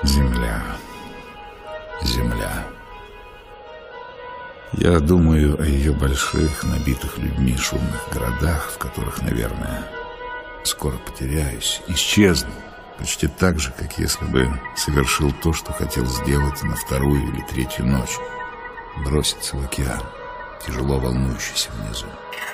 Земля. Земля. Я думаю о ее больших, набитых людьми шумных городах, в которых, наверное, скоро потеряюсь, исчезну. Почти так же, как если бы совершил то, что хотел сделать на вторую или третью ночь. Броситься в океан, тяжело волнующийся внизу.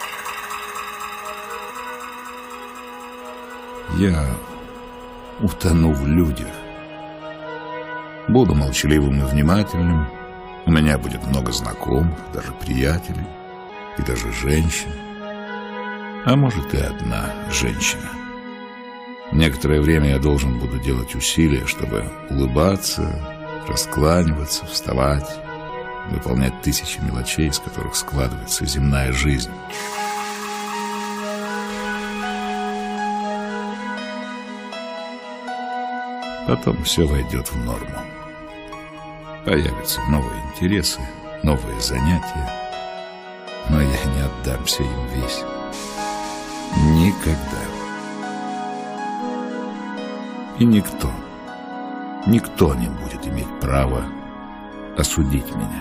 Я утону в людях. Буду молчаливым и внимательным. У меня будет много знакомых, даже приятелей, и даже женщин. А может, и одна женщина. Некоторое время я должен буду делать усилия, чтобы улыбаться, раскланиваться, вставать, выполнять тысячи мелочей, из которых складывается земная жизнь. Потом все войдет в норму. Появятся новые интересы, новые занятия, но я не отдамся им весь. Никогда. И никто не будет иметь права осудить меня.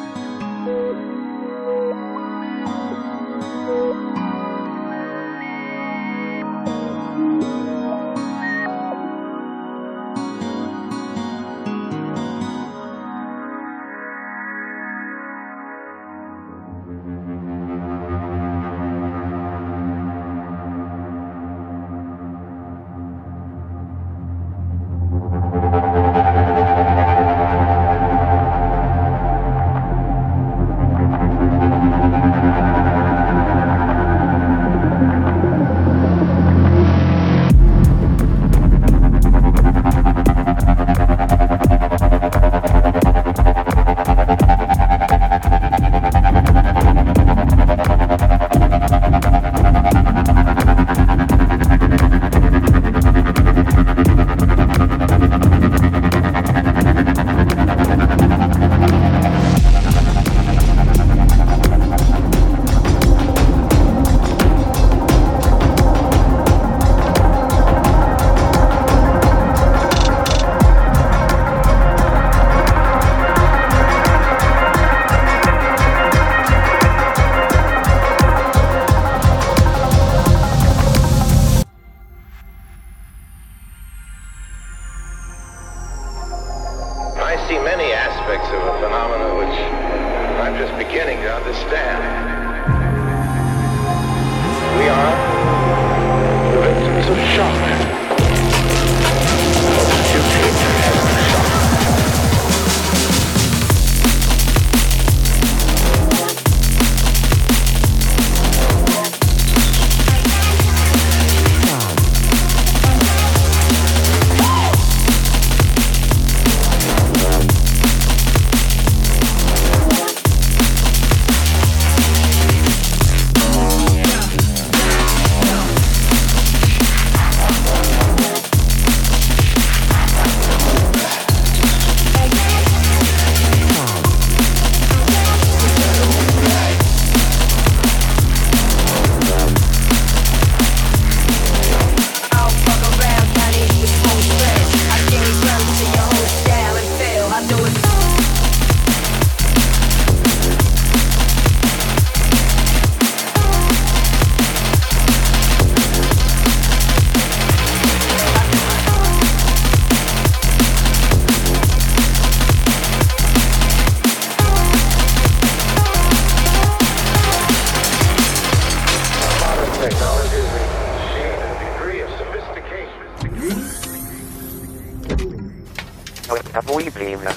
Время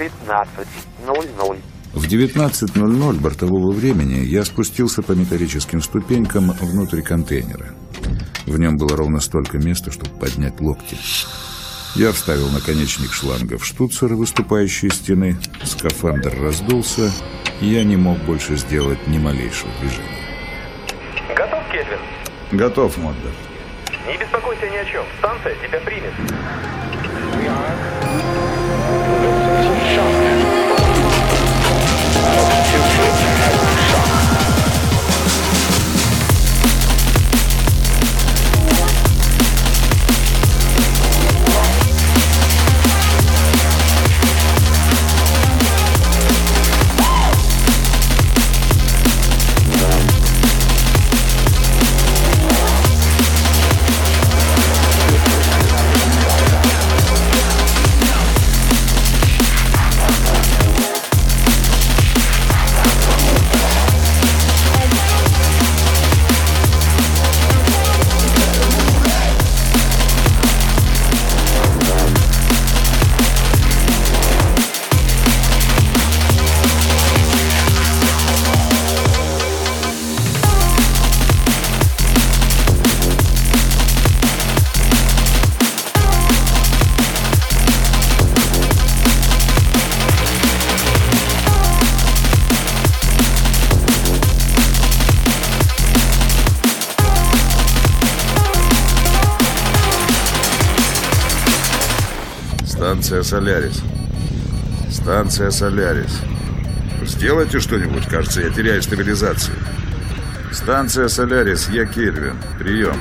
19:00. В 19:00 бортового времени я спустился по металлическим ступенькам внутрь контейнера. В нем было ровно столько места, чтобы поднять локти. Я вставил наконечник шланга в штуцер выступающей стены, скафандр раздулся, и я не мог больше сделать ни малейшего движения. Готов, Кельвин? Готов, Моддер. Не беспокойся ни о чем. Станция тебя примет. станция Солярис. Станция Солярис. Сделайте что-нибудь, кажется, я теряю стабилизацию. Станция Солярис, я Кельвин. Прием.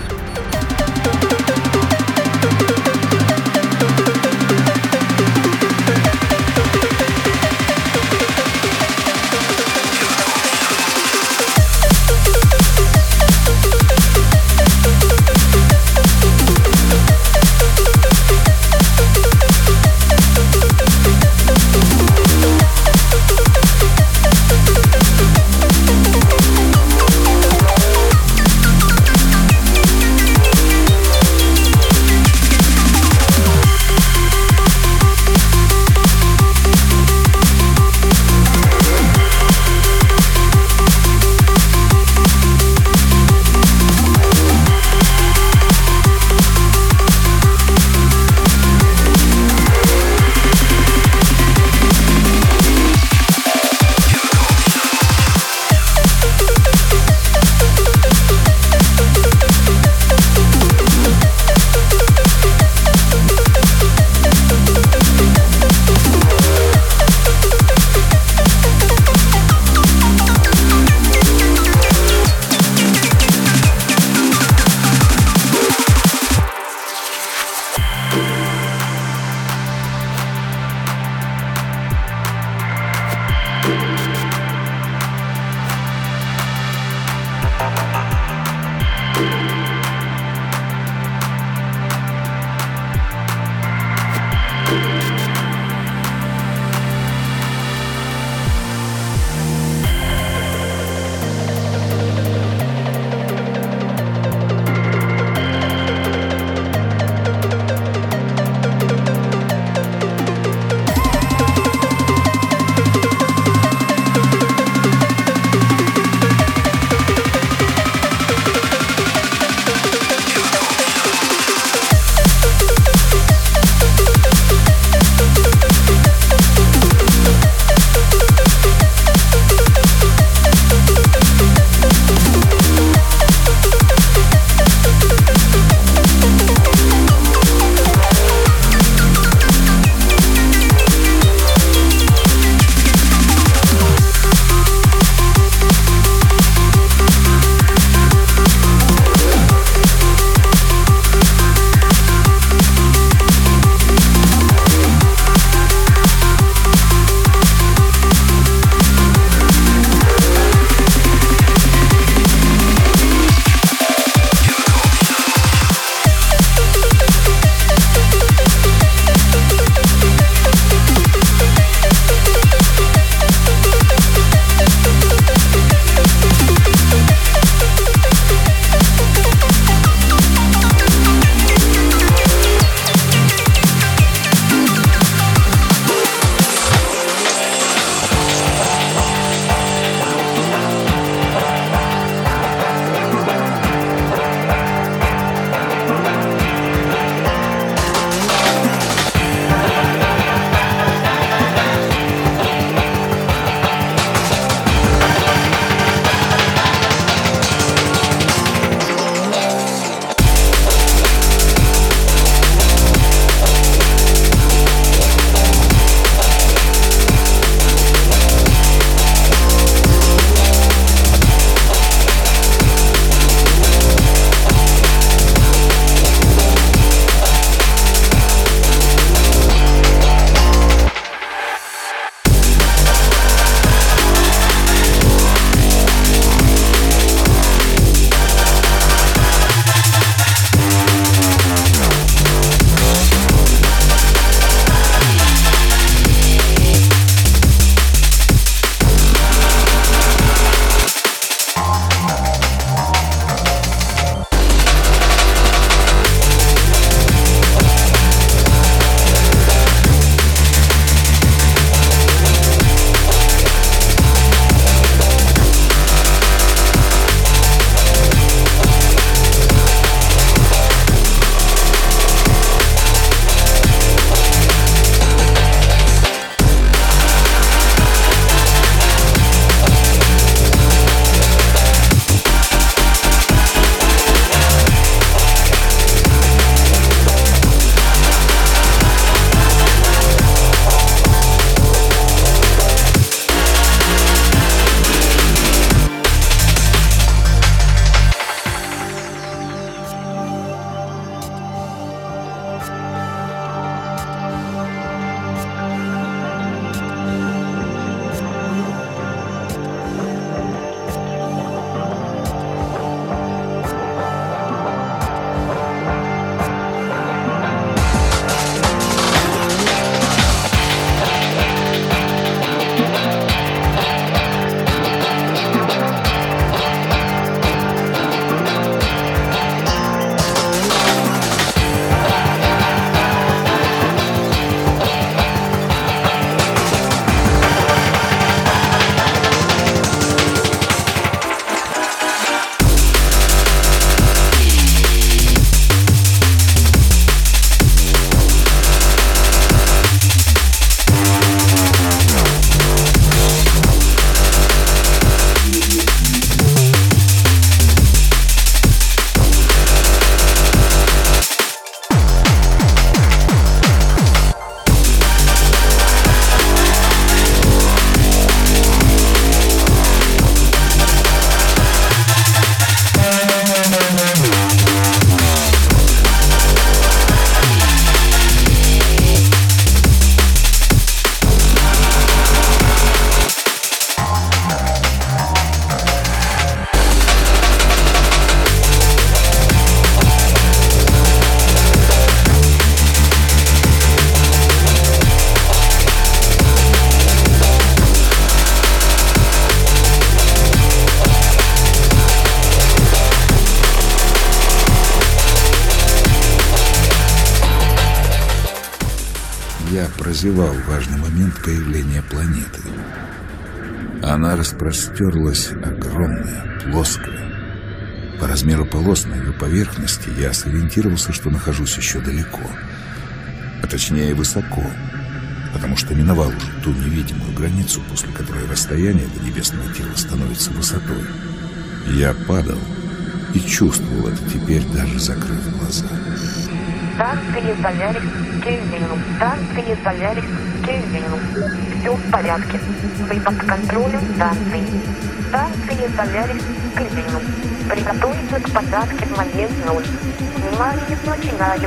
прозевал важный момент появления планеты. Она распростерлась огромная, плоская. По размеру полос на ее поверхности я сориентировался, что нахожусь еще далеко. А точнее, высоко, потому что миновал уже ту невидимую границу, после которой расстояние до небесного тела становится высотой. Я падал и чувствовал это теперь, даже закрыв глаза. Станция Солярис к Кельвину. Станция Солярис к Кельвину. Все в порядке. Вы под контролем станции. Станция Солярис к Кельвину. Приготовиться к посадке в момент 0. Внимание, начинаем.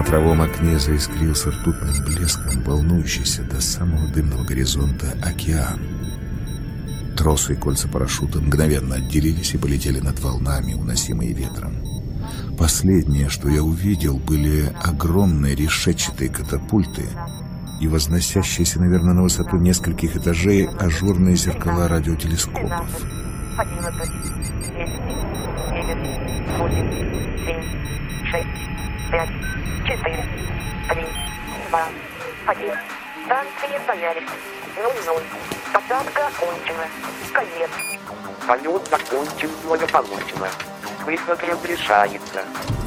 смотровом окне заискрился ртутным блеском волнующийся до самого дымного горизонта океан. Тросы и кольца парашюта мгновенно отделились и полетели над волнами, уносимые ветром. Последнее, что я увидел, были огромные решетчатые катапульты и возносящиеся, наверное, на высоту нескольких этажей ажурные зеркала радиотелескопов. 11, 10, 9, 8, 7, 6, 5, 4, 3, 2, 1. Станция Солярис. 00. Посадка окончена. Конец. Полет закончен благополучно. Выход разрешается.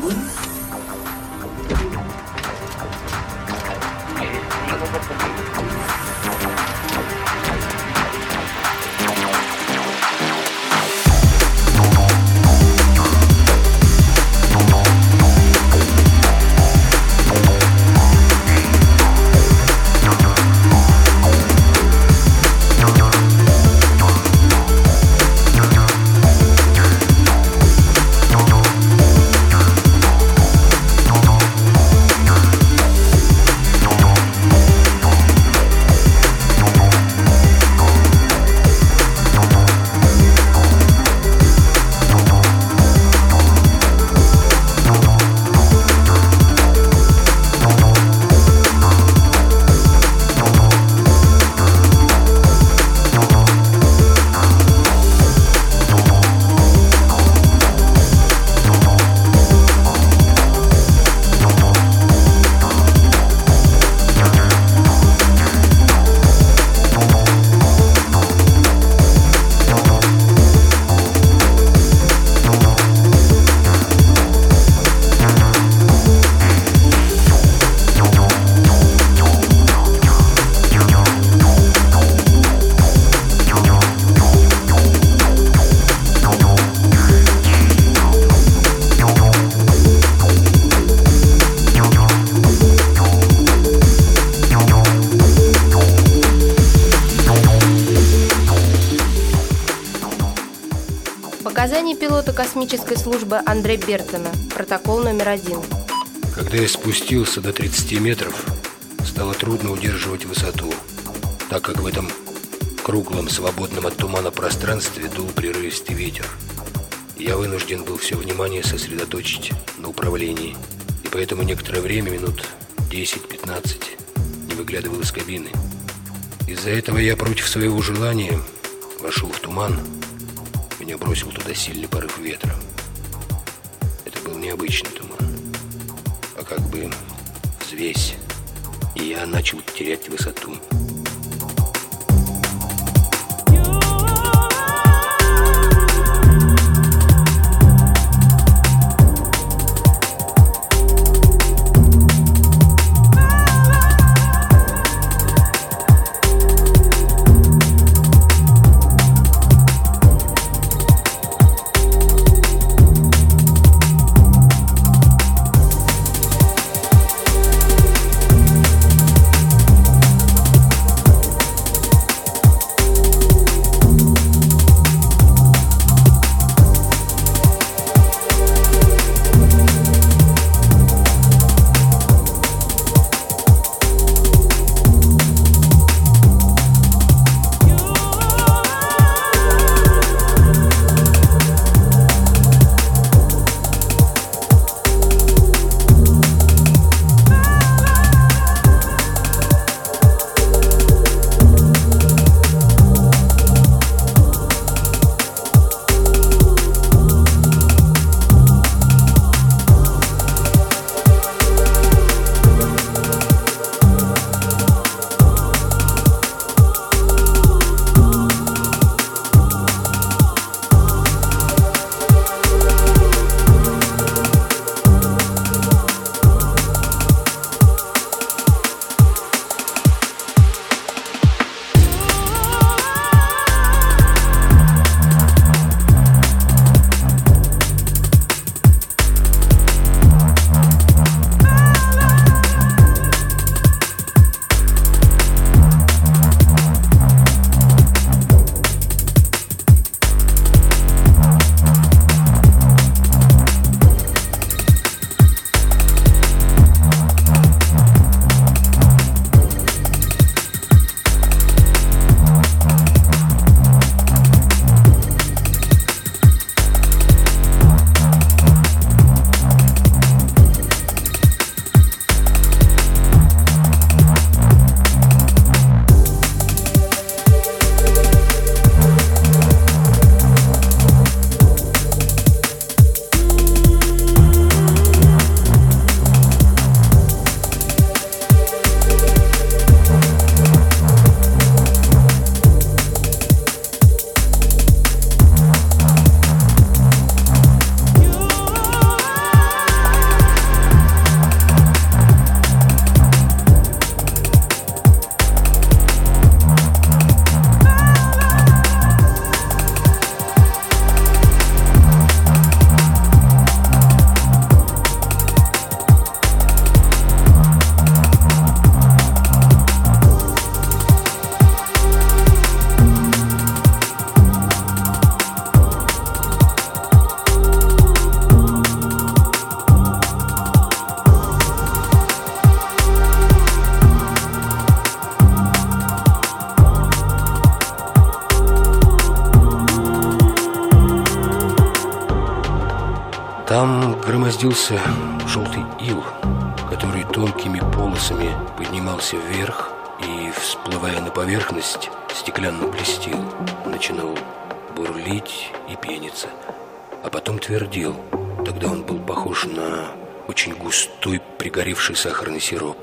Показания пилота космической службы Андрея Бертона. Протокол номер 1. Когда я спустился до 30 метров, стало трудно удерживать высоту, так как в этом круглом, свободном от тумана пространстве дул прерывистый ветер. Я вынужден был все внимание сосредоточить на управлении, и поэтому некоторое время, минут 10-15, не выглядывал из кабины. Из-за этого я против своего желания вошел в туман. Меня бросил туда сильный порыв ветра. Это был необычный туман, а как бы взвесь, и я начал терять высоту. громоздился желтый ил, который тонкими полосами поднимался вверх и, всплывая на поверхность, стеклянно блестел, начинал бурлить и пениться, а потом твердел. Тогда он был похож на очень густой пригоревший сахарный сироп.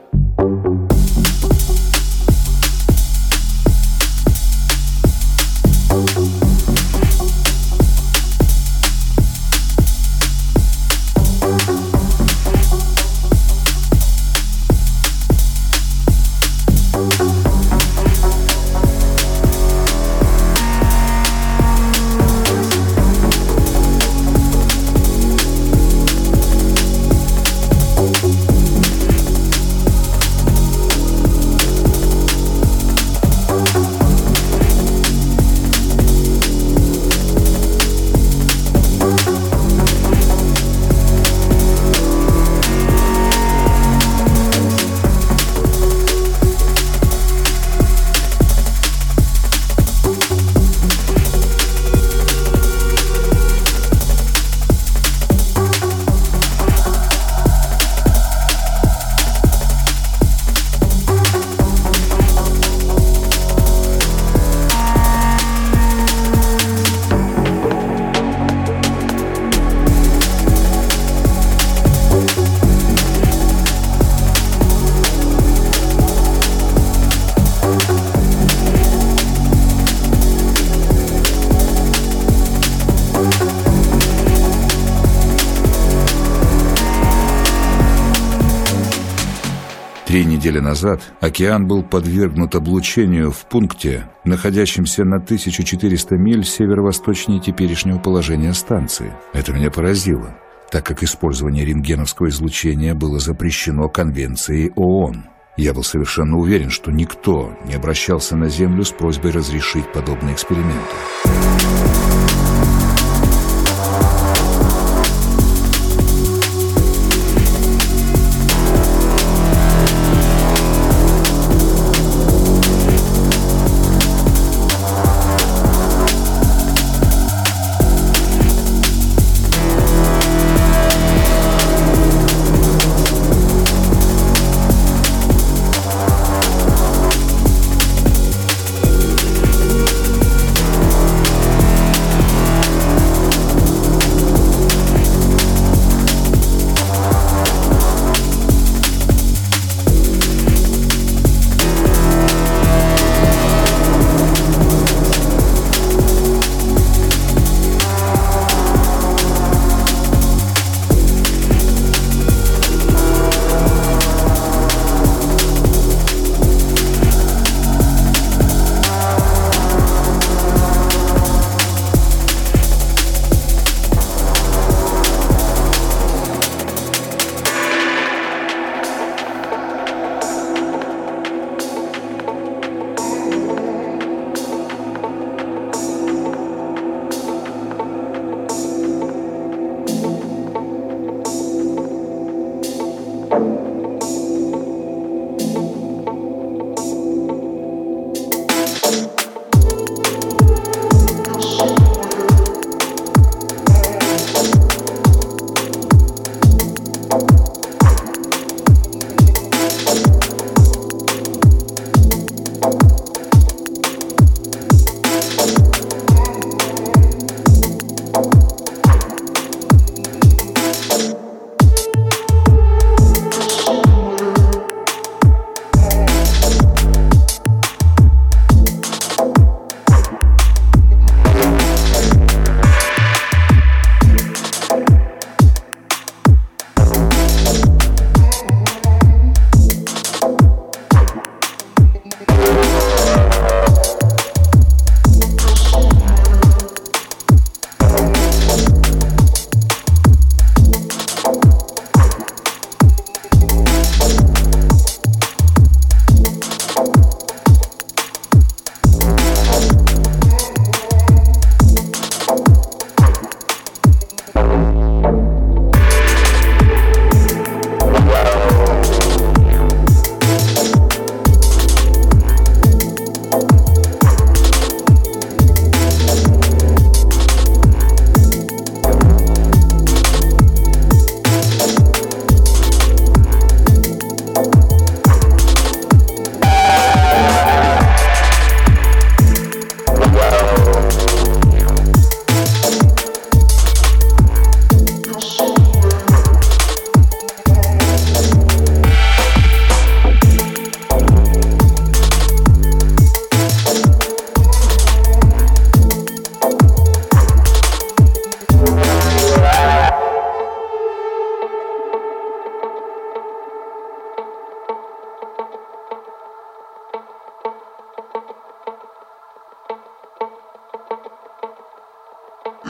Три недели назад океан был подвергнут облучению в пункте, находящемся на 1400 миль северо-восточнее теперешнего положения станции. Это меня поразило, так как использование рентгеновского излучения было запрещено Конвенцией ООН. Я был совершенно уверен, что никто не обращался на Землю с просьбой разрешить подобные эксперименты.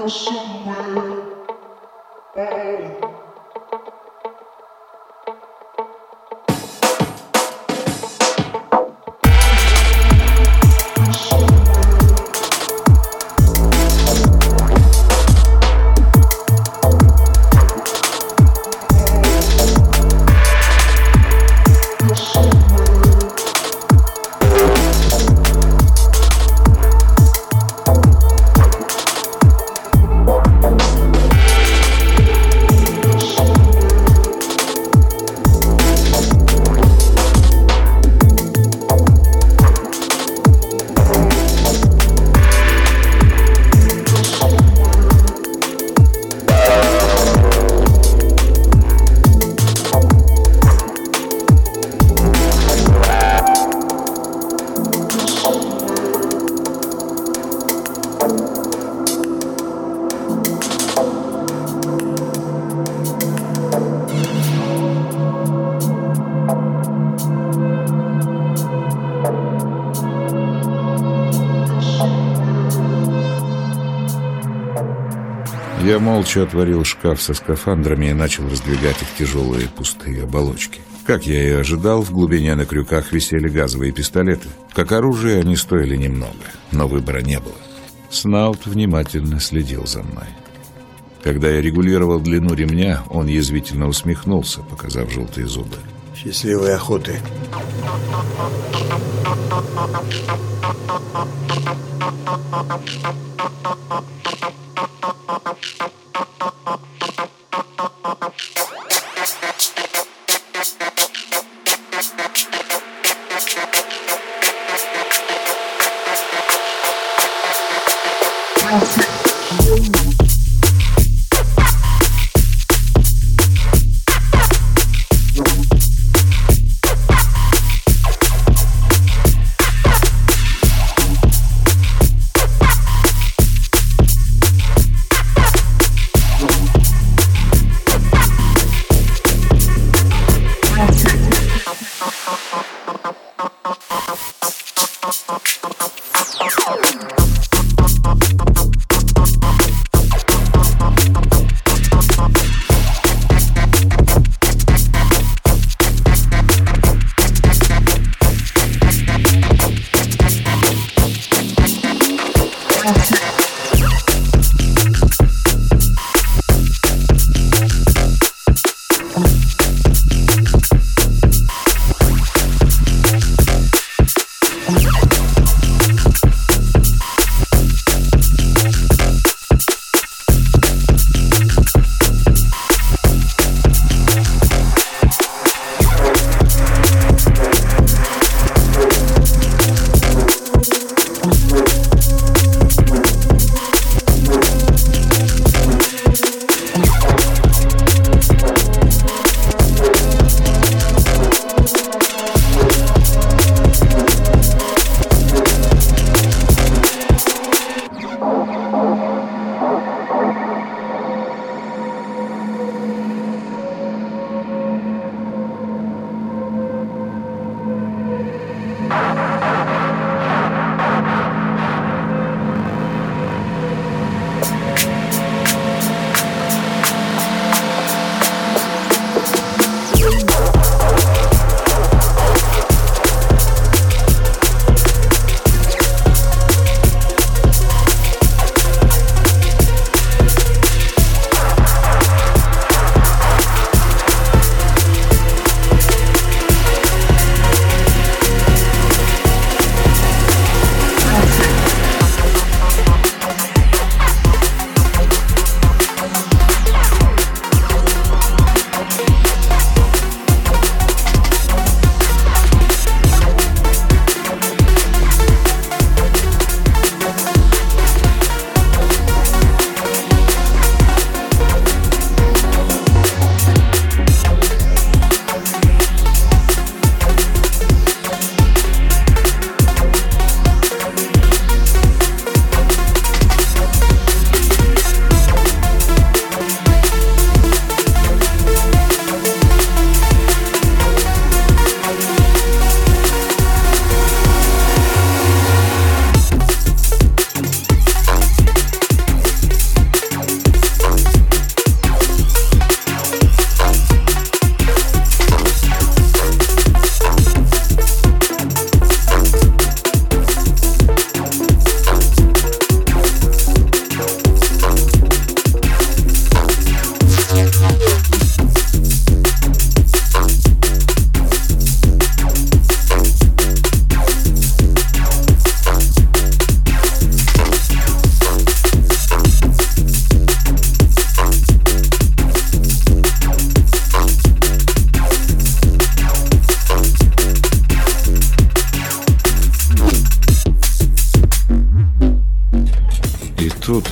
Я молча отворил шкаф со скафандрами и начал раздвигать их тяжелые пустые оболочки. Как я и ожидал, в глубине на крюках висели газовые пистолеты. Как оружие они стоили немного, но выбора не было. Снаут внимательно следил за мной. Когда я регулировал длину ремня, он язвительно усмехнулся, показав желтые зубы. Счастливой охоты.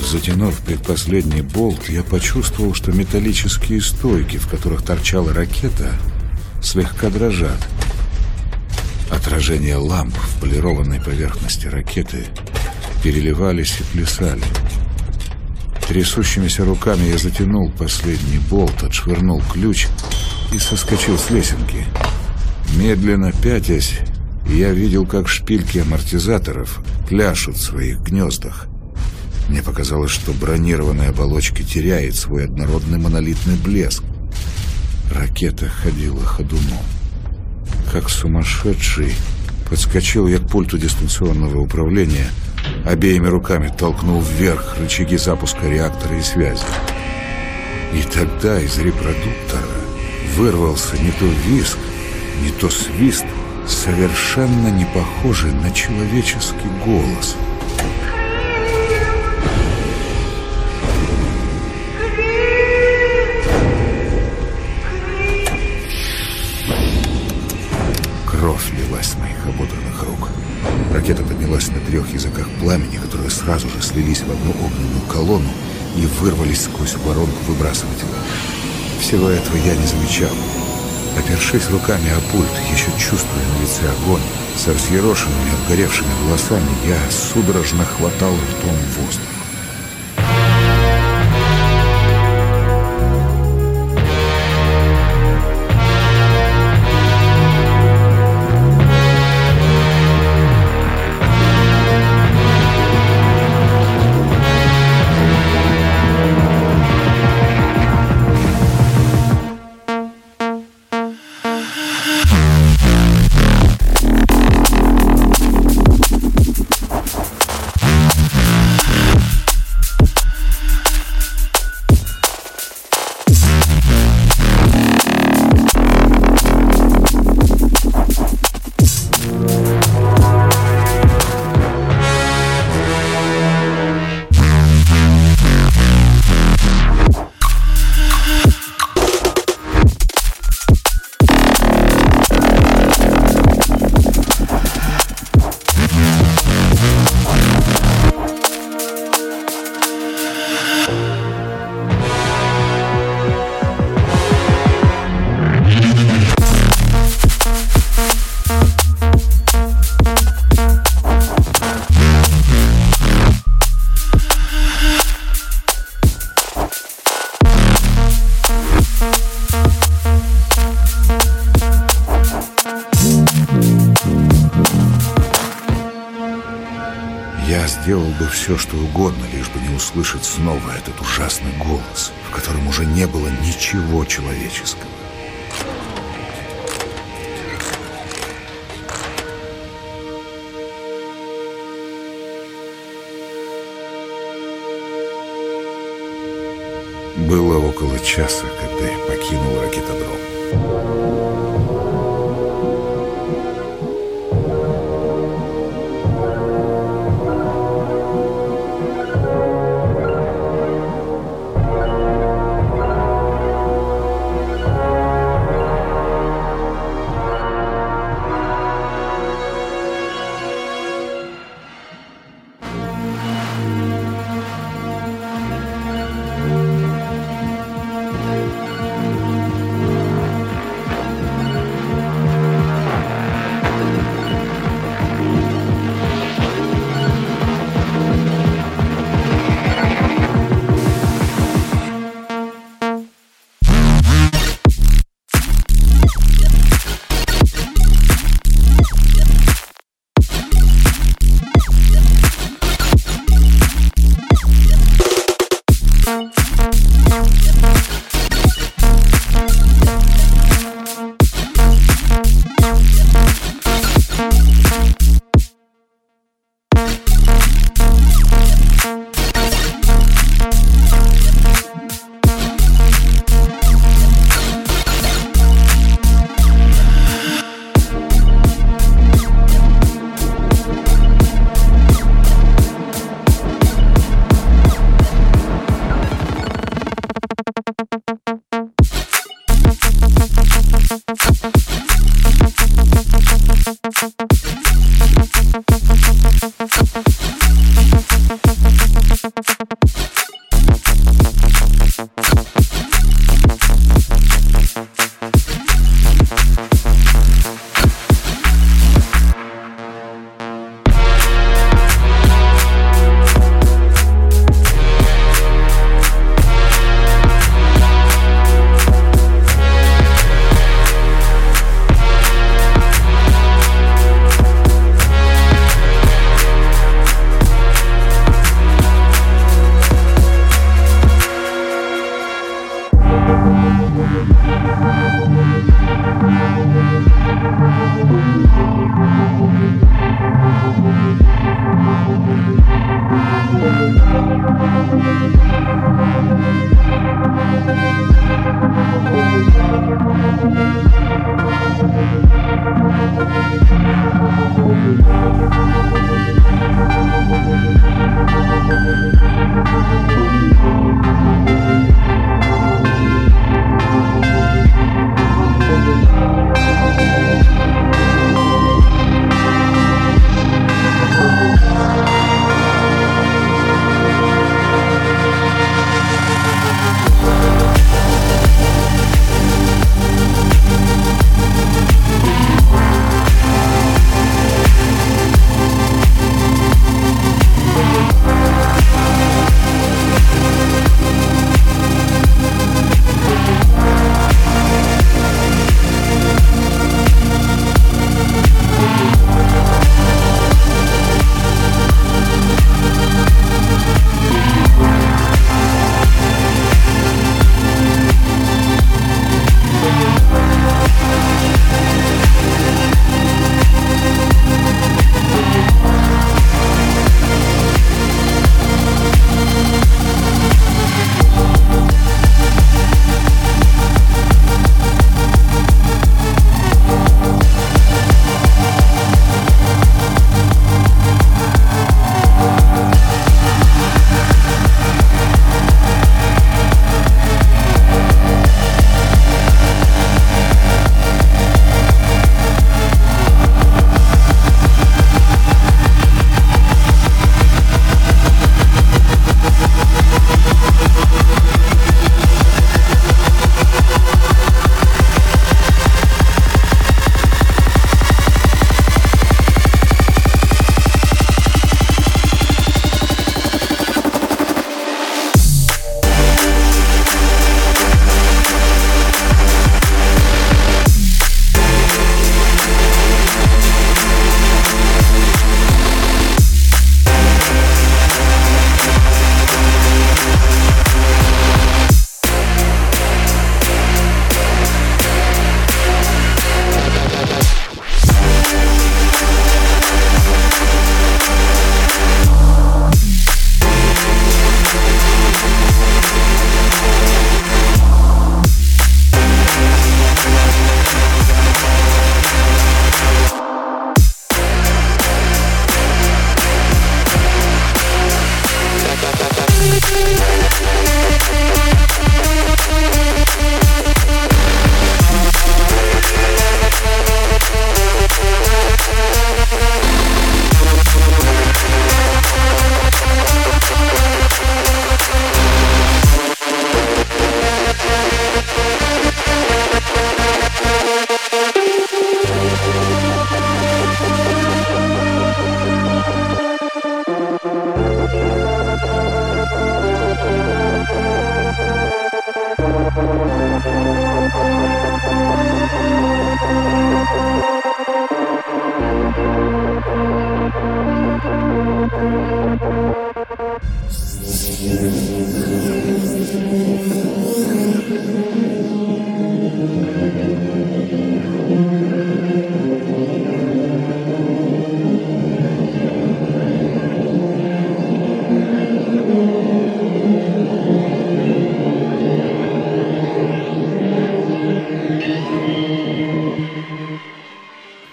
Затянув предпоследний болт, я почувствовал, что металлические стойки, в которых торчала ракета, слегка дрожат. Отражения ламп в полированной поверхности ракеты переливались и плясали. Трясущимися руками я затянул последний болт, отшвырнул ключ и соскочил с лесенки. Медленно пятясь, я видел, как шпильки амортизаторов пляшут в своих гнездах. Мне показалось, что бронированная оболочка теряет свой однородный монолитный блеск. Ракета ходила ходуном. Как сумасшедший, подскочил я к пульту дистанционного управления, обеими руками толкнул вверх рычаги запуска реактора и связи. И тогда из репродуктора вырвался не то визг, не то свист, совершенно не похожий на человеческий голос. Кровь лилась с моих ободранных рук. Ракета поднялась на 3 языках пламени, которые сразу же слились в одну огненную колонну и вырвались сквозь воронку выбрасывателя. Всего этого я не замечал. Опершись руками о пульт, еще чувствуя на лице огонь, со взъерошенными, обгоревшими волосами, я судорожно хватал ртом воздух. Я сделал бы все, что угодно, лишь бы не услышать снова этот ужасный голос, в котором уже не было ничего человеческого. Было около часа, когда я покинул ракетодром.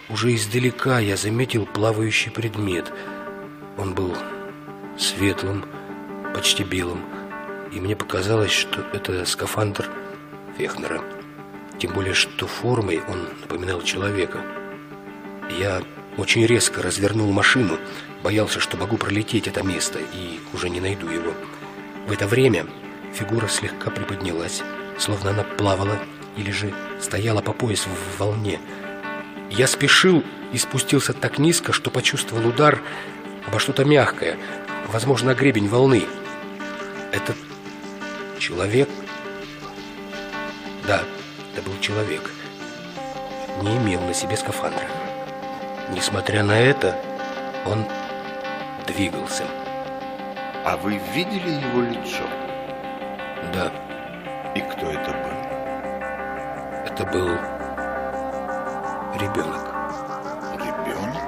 уже издалека я заметил плавающий предмет. Он был светлым, почти белым, и мне показалось, что это скафандр Фехнера. Тем более, что формой он напоминал человека. Я очень резко развернул машину, боялся, что могу пролететь это место и уже не найду его. В это время фигура слегка приподнялась, словно она плавала или же стояла по пояс в волне. Я спешил и спустился так низко, что почувствовал удар обо что-то мягкое, возможно, гребень волны. Этот человек... Да, это был человек. Не имел на себе скафандра. Несмотря на это, он двигался. А вы видели его лицо? Да. И кто это был? Это был ребенок. Ребенок?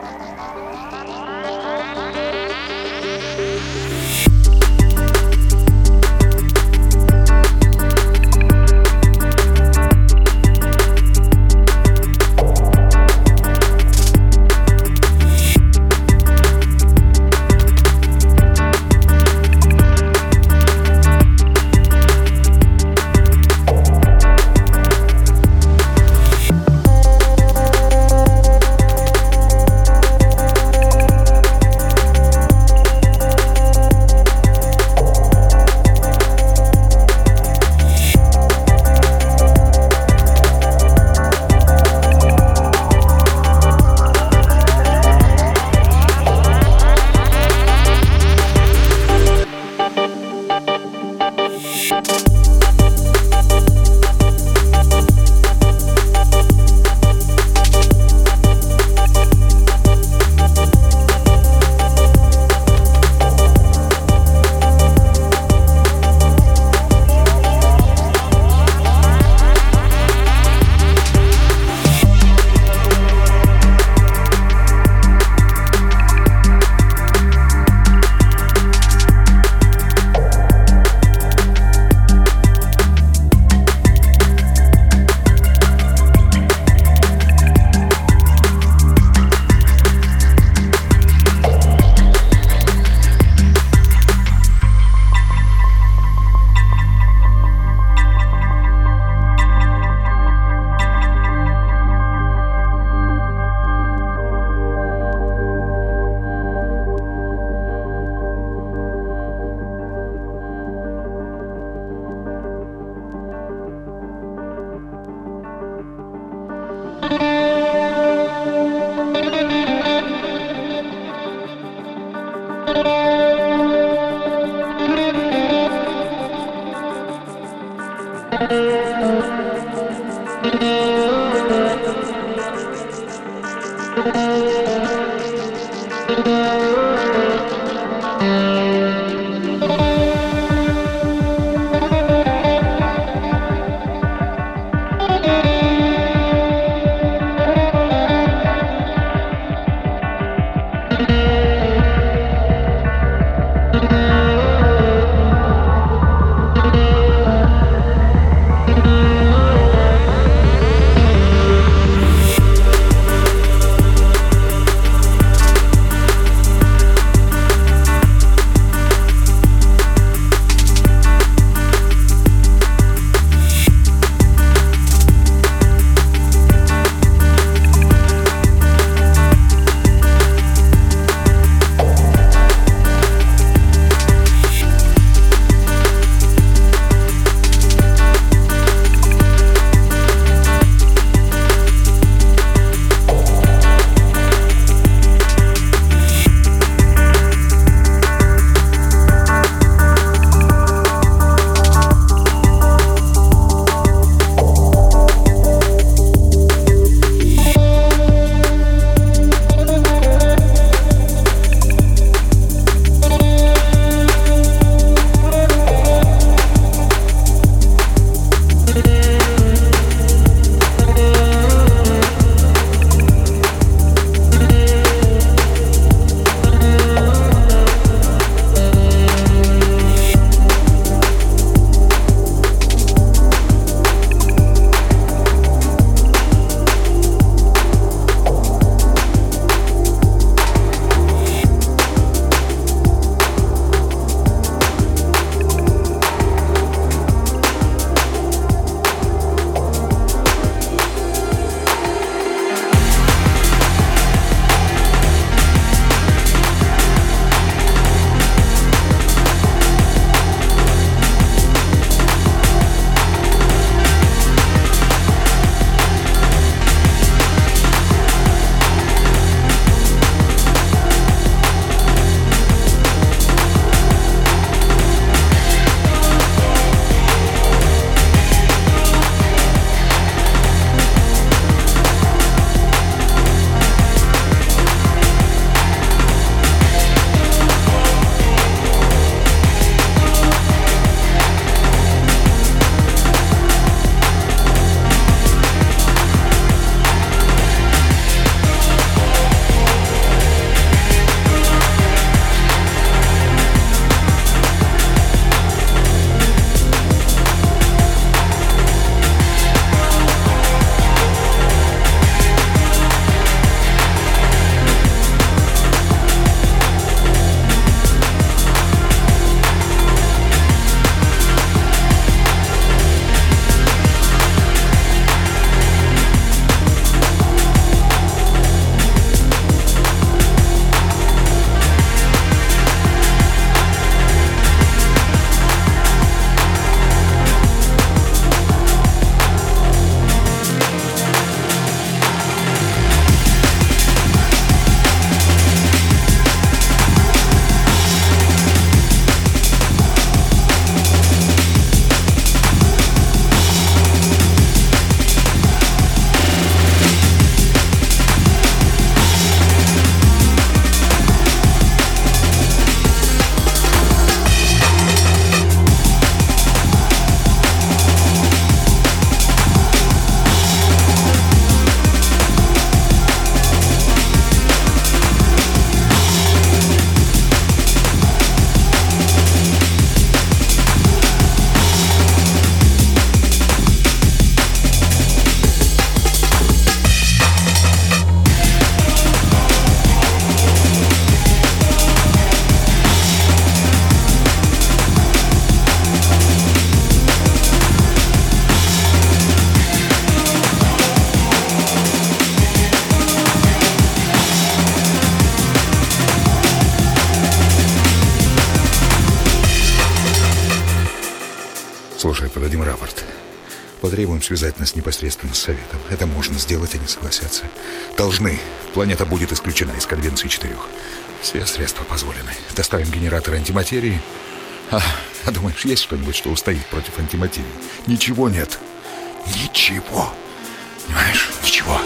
Слушай, подадим рапорт. Потребуем связать нас непосредственно с Советом. Это можно сделать, они согласятся. Должны. Планета будет исключена из Конвенции 4. Все средства позволены. Доставим генератор антиматерии. А думаешь, есть что-нибудь, что устоит против антиматерии? Ничего нет. Ничего. Понимаешь? Ничего.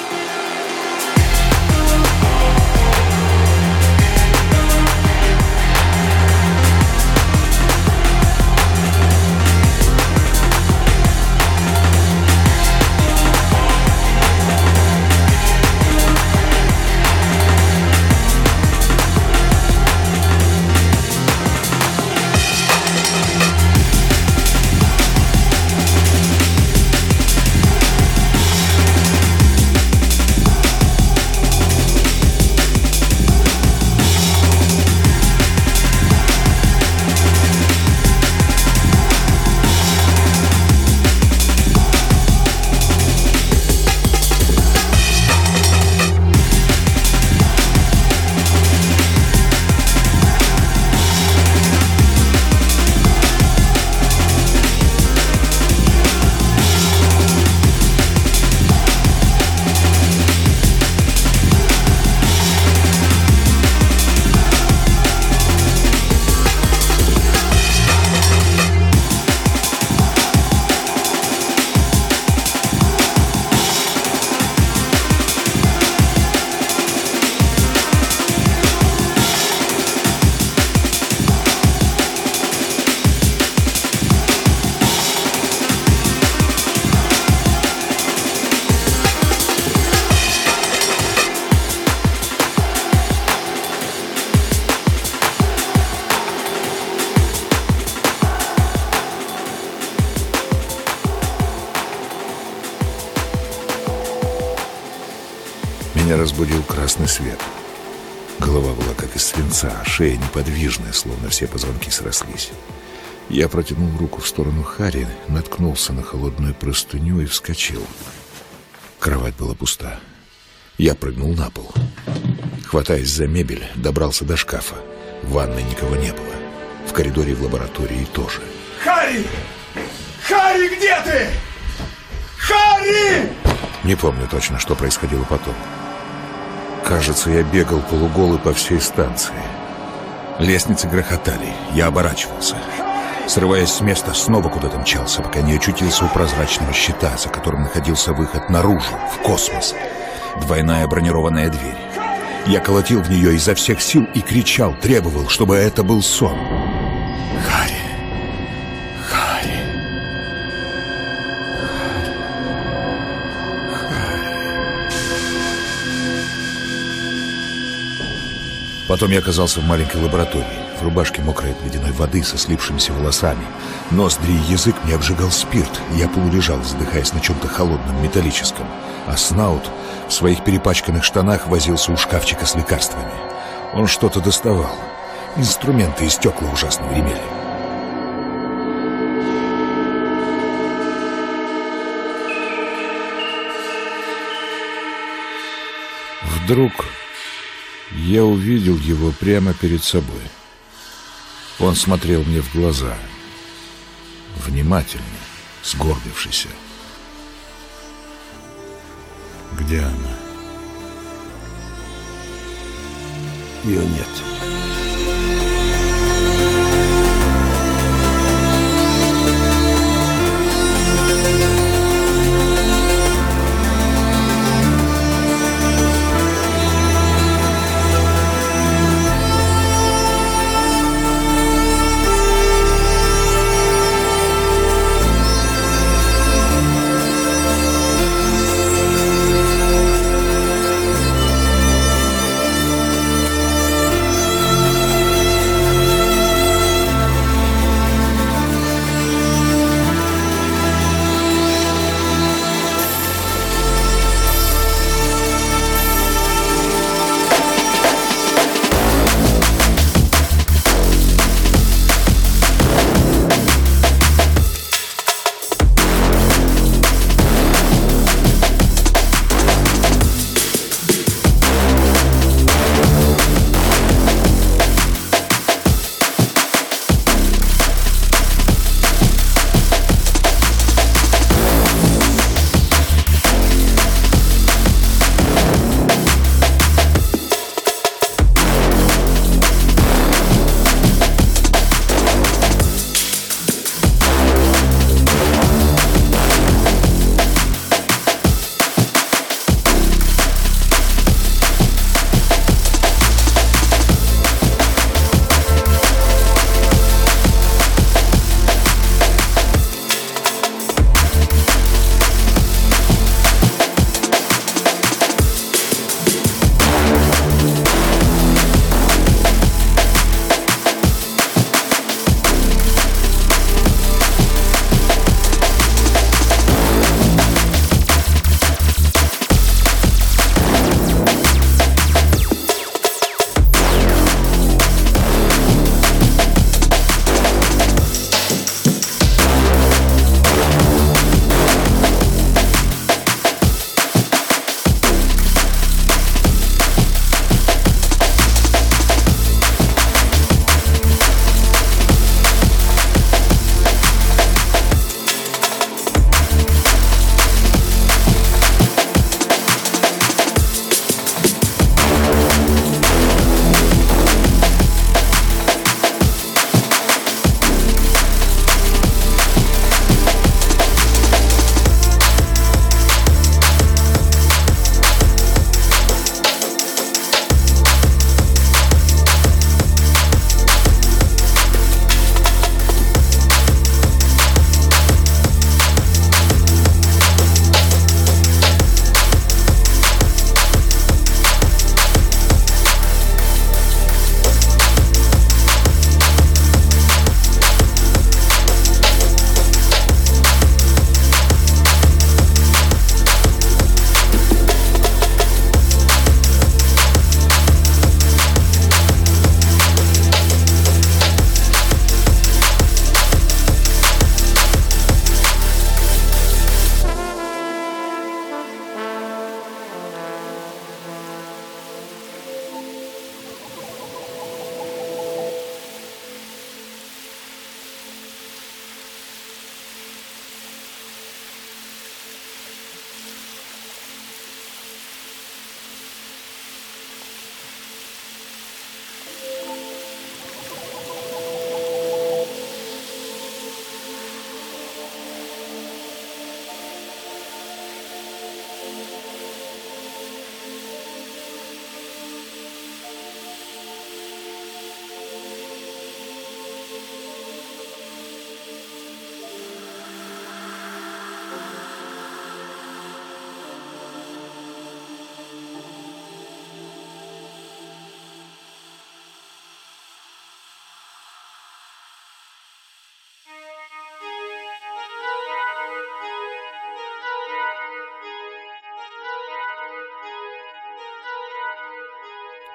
Меня разбудил красный свет. Голова была как из свинца, а шея неподвижная, словно все позвонки срослись. Я протянул руку в сторону Харри, наткнулся на холодную простыню и вскочил. Кровать была пуста. Я прыгнул на пол. Хватаясь за мебель, добрался до шкафа. В ванной никого не было. В коридоре и в лаборатории тоже. Харри! Харри, где ты? Харри! Не помню точно, что происходило потом. Кажется, я бегал полуголый по всей станции. Лестницы грохотали. Я оборачивался. Срываясь с места, снова куда-то мчался, пока не очутился у прозрачного щита, за которым находился выход наружу, в космос. Двойная бронированная дверь. Я колотил в нее изо всех сил и кричал, требовал, чтобы это был сон. Харри! Харри! Потом я оказался в маленькой лаборатории. В рубашке мокрой от ледяной воды со слипшимися волосами. Ноздри и язык мне обжигал спирт. Я полулежал, задыхаясь на чем-то холодном, металлическом. А Снаут в своих перепачканных штанах возился у шкафчика с лекарствами. Он что-то доставал. Инструменты и стекла ужасно гремели. Вдруг я увидел его прямо перед собой. Он смотрел мне в глаза, внимательно, сгорбившийся. Где она? Ее нет.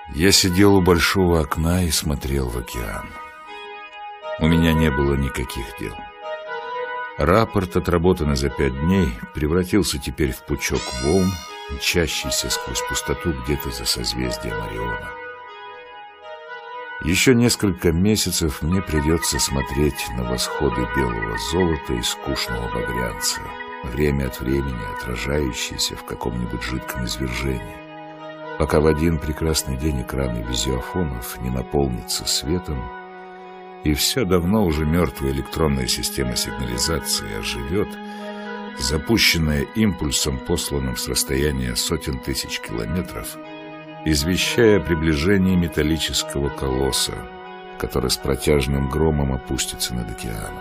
Я сидел у большого окна и смотрел в океан. У меня не было никаких дел. Рапорт, отработанный за 5 дней, превратился теперь в пучок волн, мчащийся сквозь пустоту где-то за созвездием Ориона. Еще несколько месяцев мне придется смотреть на восходы белого золота и скучного багрянца, время от времени отражающиеся в каком-нибудь жидком извержении, пока в один прекрасный день экраны визиофонов не наполнятся светом, и вся давно уже мертвая электронная система сигнализации оживет, запущенная импульсом, посланным с расстояния сотен тысяч километров, извещая о приближении металлического колосса, который с протяжным громом опустится над океаном.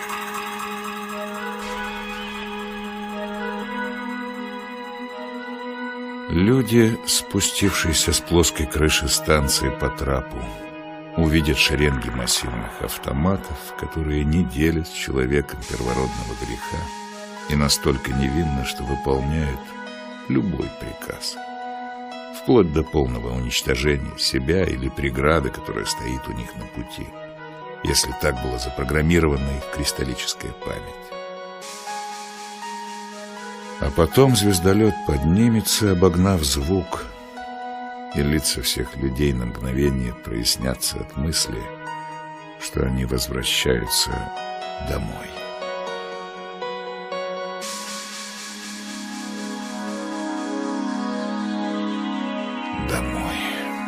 Люди, спустившиеся с плоской крыши станции по трапу, увидят шеренги массивных автоматов, которые не делят с человеком первородного греха и настолько невинны, что выполняют любой приказ, вплоть до полного уничтожения себя или преграды, которая стоит у них на пути, если так была запрограммирована их кристаллическая память. А потом звездолет поднимется, обогнав звук, и лица всех людей на мгновение прояснятся от мысли, что они возвращаются домой. Домой.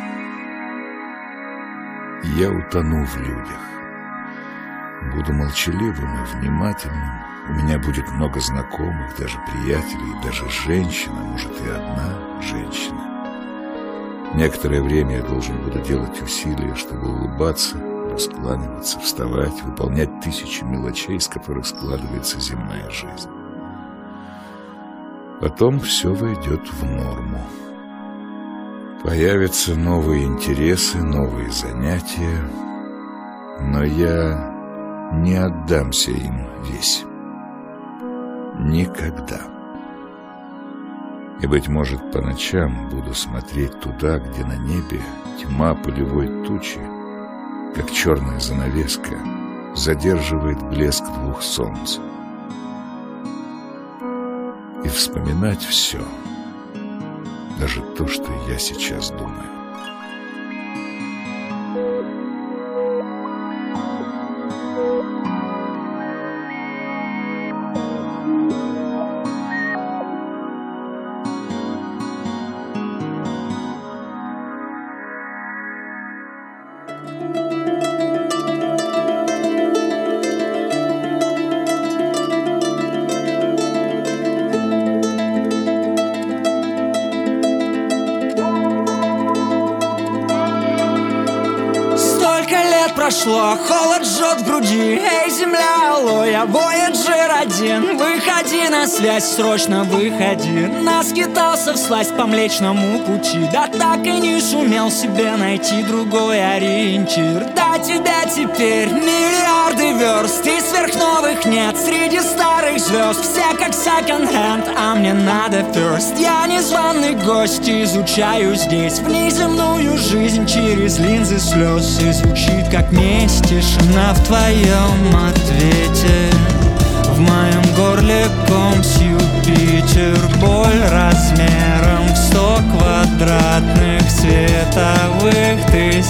Я утону в людях. Буду молчаливым и внимательным. У меня будет много знакомых, даже приятелей, даже женщина, может, и одна женщина. Некоторое время я должен буду делать усилия, чтобы улыбаться, раскланиваться, вставать, выполнять 1000 мелочей, из которых складывается земная жизнь. Потом все войдет в норму. Появятся новые интересы, новые занятия, но я не отдамся им весь. Никогда. И, быть может, по ночам буду смотреть туда, где на небе тьма полевой тучи, как черная занавеска, задерживает блеск 2 солнц. И вспоминать все, даже то, что я сейчас думаю. Прошло, холод жжет в груди. Эй, земля, алло, я Voyager 1. Выходи на связь, срочно выходи. Наскитался всласть по Млечному пути, да так и не сумел себе найти другой ориентир. До тебя теперь миллиарды верст, и сверхновых нет среди старых звезд. Все как секонд-хенд, а мне надо first. Я незваный гость, изучаю здесь внеземную жизнь через линзы слез. И звучит как месть тишина в твоем ответе. В моем горле ком с Юпитер. Боль размером в 100 квадратных световых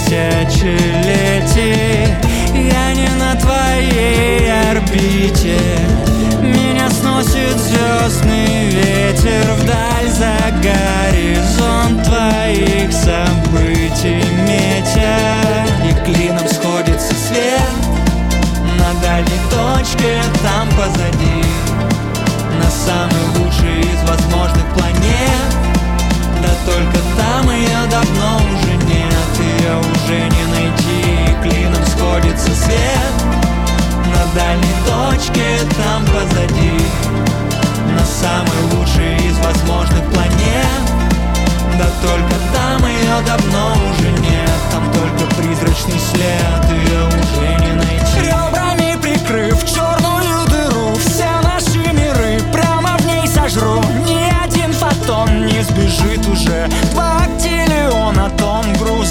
тысячелетий. Я не на твоей орбите. Меня сносит звездный ветер вдаль за горизонт твоих событий метя. И клином сходится свет на дальней точке там позади, на самой лучшей из возможных планет. Да только там ее давно уже нет, ее уже не найти. И клином сходится свет на дальней точке там позади, на самой лучшей из возможных планет. Да только там ее давно уже нет, там только призрачный след, ее уже не найти. Ребрами прикрыв черную дыру, все наши миры прямо в ней сожру. Ни один фотон не сбежит уже, 2 актиллиона тонн груза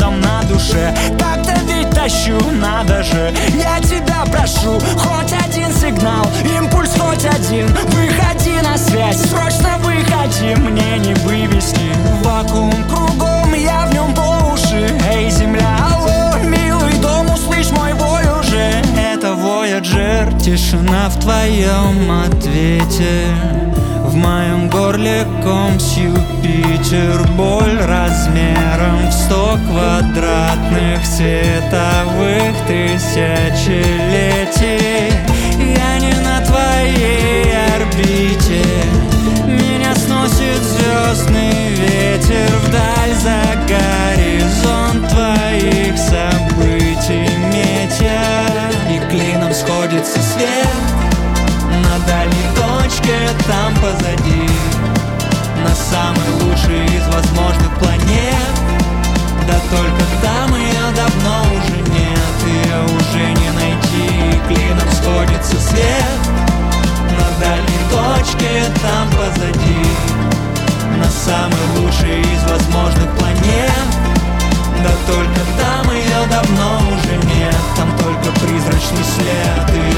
в твоем ответе. В моем горле ком с Юпитер. Боль размером в 100 квадратных световых тысячелетий. Я не на твоей орбите. Меня сносит звездный ветер вдаль за горизонт твоих событий метя. И клином сходится свет на дальней точке там позади, на самой лучшей из возможных планет. Да только там ее давно уже нет, ее уже не найти. Клином сходится свет на дальней точке там позади, на самой лучшей из возможных планет. Да только там ее давно уже нет, там только призрачный след.